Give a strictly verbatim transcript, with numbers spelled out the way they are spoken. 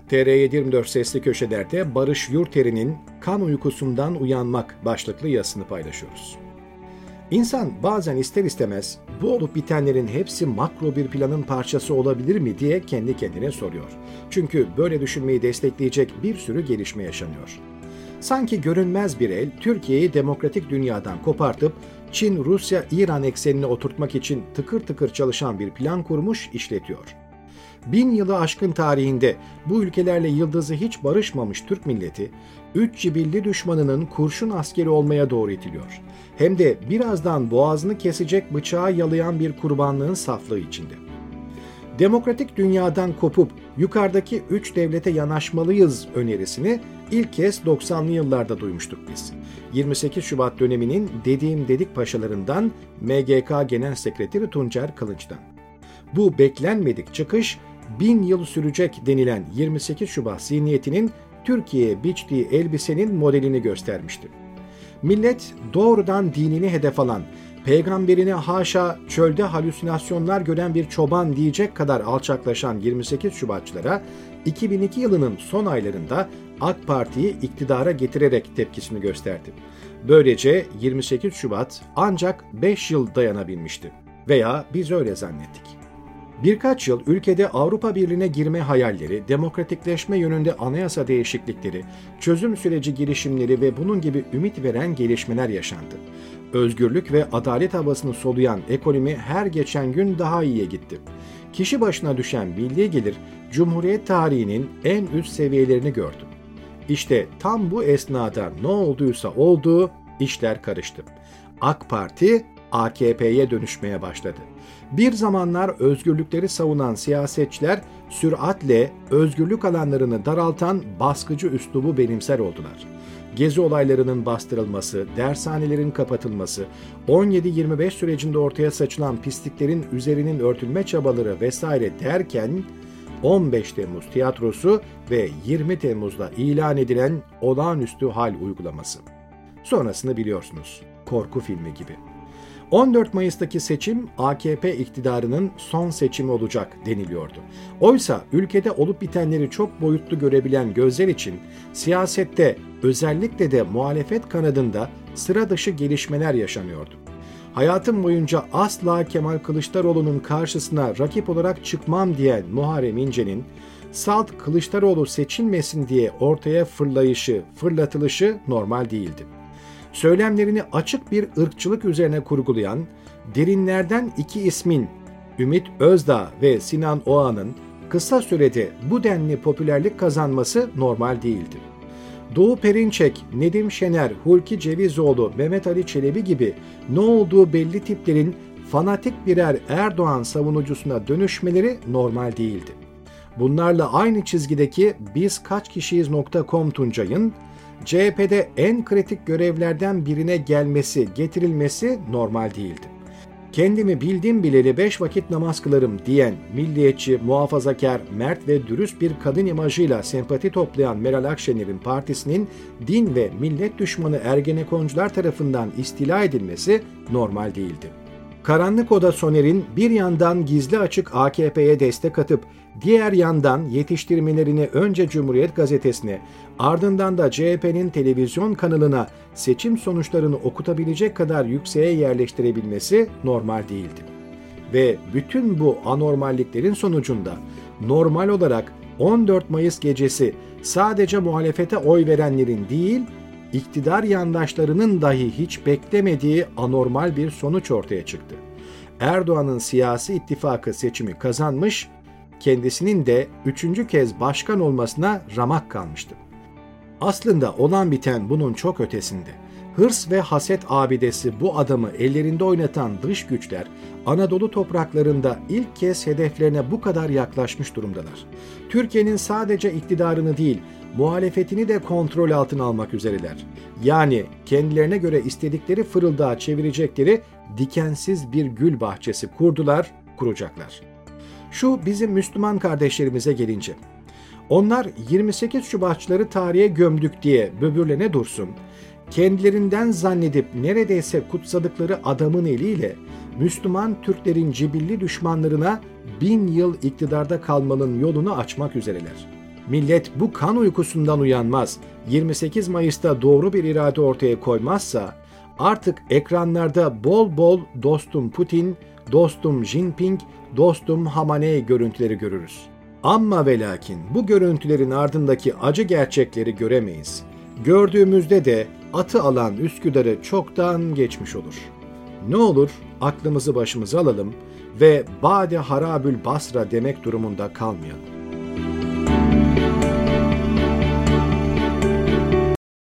T R yedi yirmi dört Sesli Köşeler'de Barış Yurter'in "Kan Uykusundan Uyanmak" başlıklı yazısını paylaşıyoruz. İnsan bazen ister istemez bu olup bitenlerin hepsi makro bir planın parçası olabilir mi diye kendi kendine soruyor. Çünkü böyle düşünmeyi destekleyecek bir sürü gelişme yaşanıyor. Sanki görünmez bir el Türkiye'yi demokratik dünyadan kopartıp Çin, Rusya, İran eksenine oturtmak için tıkır tıkır çalışan bir plan kurmuş, işletiyor. Bin yılı aşkın tarihinde bu ülkelerle yıldızı hiç barışmamış Türk milleti, üç cibilli düşmanının kurşun askeri olmaya doğru itiliyor. Hem de birazdan boğazını kesecek bıçağı yalayan bir kurbanlığın saflığı içinde. Demokratik dünyadan kopup yukarıdaki üç devlete yanaşmalıyız önerisini ilk kez doksanlı yıllarda duymuştuk biz. yirmi sekiz Şubat döneminin dediğim dedik paşalarından M G K Genel Sekreteri Tuncer Kılınç'tan. Bu beklenmedik çıkış, bin yıl sürecek denilen yirmi sekiz Şubat zihniyetinin Türkiye'ye biçtiği elbisenin modelini göstermişti. Millet doğrudan dinini hedef alan, peygamberine haşa çölde halüsinasyonlar gören bir çoban diyecek kadar alçaklaşan yirmi sekiz Şubatçılara iki bin iki yılının son aylarında AK Parti'yi iktidara getirerek tepkisini gösterdi. Böylece yirmi sekiz Şubat ancak beş yıl dayanabilmişti. Veya biz öyle zannettik. Birkaç yıl ülkede Avrupa Birliği'ne girme hayalleri, demokratikleşme yönünde anayasa değişiklikleri, çözüm süreci girişimleri ve bunun gibi ümit veren gelişmeler yaşandı. Özgürlük ve adalet havasını soluyan ekonomi her geçen gün daha iyiye gitti. Kişi başına düşen milli gelir, Cumhuriyet tarihinin en üst seviyelerini gördü. İşte tam bu esnada ne olduysa oldu, işler karıştı. AK Parti A K P'ye dönüşmeye başladı. Bir zamanlar özgürlükleri savunan siyasetçiler süratle özgürlük alanlarını daraltan baskıcı üslubu benimser oldular. Gezi olaylarının bastırılması, dershanelerin kapatılması, on yedi yirmi beş sürecinde ortaya saçılan pisliklerin üzerinin örtülme çabaları vesaire derken on beş Temmuz tiyatrosu ve yirmi Temmuz'da ilan edilen olağanüstü hal uygulaması. Sonrasını biliyorsunuz, korku filmi gibi. on dört Mayıs'taki seçim A K P iktidarının son seçimi olacak deniliyordu. Oysa ülkede olup bitenleri çok boyutlu görebilen gözler için siyasette, özellikle de muhalefet kanadında sıra dışı gelişmeler yaşanıyordu. Hayatım boyunca asla Kemal Kılıçdaroğlu'nun karşısına rakip olarak çıkmam diyen Muharrem İnce'nin salt Kılıçdaroğlu seçilmesin diye ortaya fırlayışı, fırlatılışı normal değildi. Söylemlerini açık bir ırkçılık üzerine kurgulayan, derinlerden iki ismin Ümit Özdağ ve Sinan Oğan'ın kısa sürede bu denli popülerlik kazanması normal değildi. Doğu Perinçek, Nedim Şener, Hulki Cevizoğlu, Mehmet Ali Çelebi gibi ne olduğu belli tiplerin fanatik birer Erdoğan savunucusuna dönüşmeleri normal değildi. Bunlarla aynı çizgideki biz kaç kişiyiz nokta com Tuncay'ın C H P'de en kritik görevlerden birine gelmesi, getirilmesi normal değildi. Kendimi bildim bileli beş vakit namaz kılarım diyen milliyetçi, muhafazakar, mert ve dürüst bir kadın imajıyla sempati toplayan Meral Akşener'in partisinin din ve millet düşmanı Ergenekoncular tarafından istila edilmesi normal değildi. Karanlık Oda Soner'in bir yandan gizli açık A K P'ye destek atıp diğer yandan yetiştirmelerini önce Cumhuriyet Gazetesi'ne, ardından da C H P'nin televizyon kanalına seçim sonuçlarını okutabilecek kadar yükseğe yerleştirebilmesi normal değildi. Ve bütün bu anormalliklerin sonucunda normal olarak on dört Mayıs gecesi sadece muhalefete oy verenlerin değil, iktidar yandaşlarının dahi hiç beklemediği anormal bir sonuç ortaya çıktı. Erdoğan'ın siyasi ittifakı seçimi kazanmış, kendisinin de üçüncü kez başkan olmasına ramak kalmıştı. Aslında olan biten bunun çok ötesinde. Hırs ve haset abidesi bu adamı ellerinde oynatan dış güçler, Anadolu topraklarında ilk kez hedeflerine bu kadar yaklaşmış durumdalar. Türkiye'nin sadece iktidarını değil, muhalefetini de kontrol altına almak üzereler. Yani kendilerine göre istedikleri fırıldağa çevirecekleri dikensiz bir gül bahçesi kurdular, kuracaklar. Şu bizim Müslüman kardeşlerimize gelince, onlar yirmi sekiz Şubatçıları tarihe gömdük diye böbürlene dursun, kendilerinden zannedip neredeyse kutsadıkları adamın eliyle Müslüman Türklerin cibilli düşmanlarına bin yıl iktidarda kalmanın yolunu açmak üzereler. millet bu kan uykusundan uyanmaz, yirmi sekiz Mayıs'ta doğru bir irade ortaya koymazsa, artık ekranlarda bol bol dostum Putin, dostum Jinping, dostum Hamaney görüntüleri görürüz. Amma ve lakin bu görüntülerin ardındaki acı gerçekleri göremeyiz. Gördüğümüzde de atı alan Üsküdar'ı çoktan geçmiş olur. Ne olur aklımızı başımıza alalım ve Bade Harabül Basra demek durumunda kalmayalım.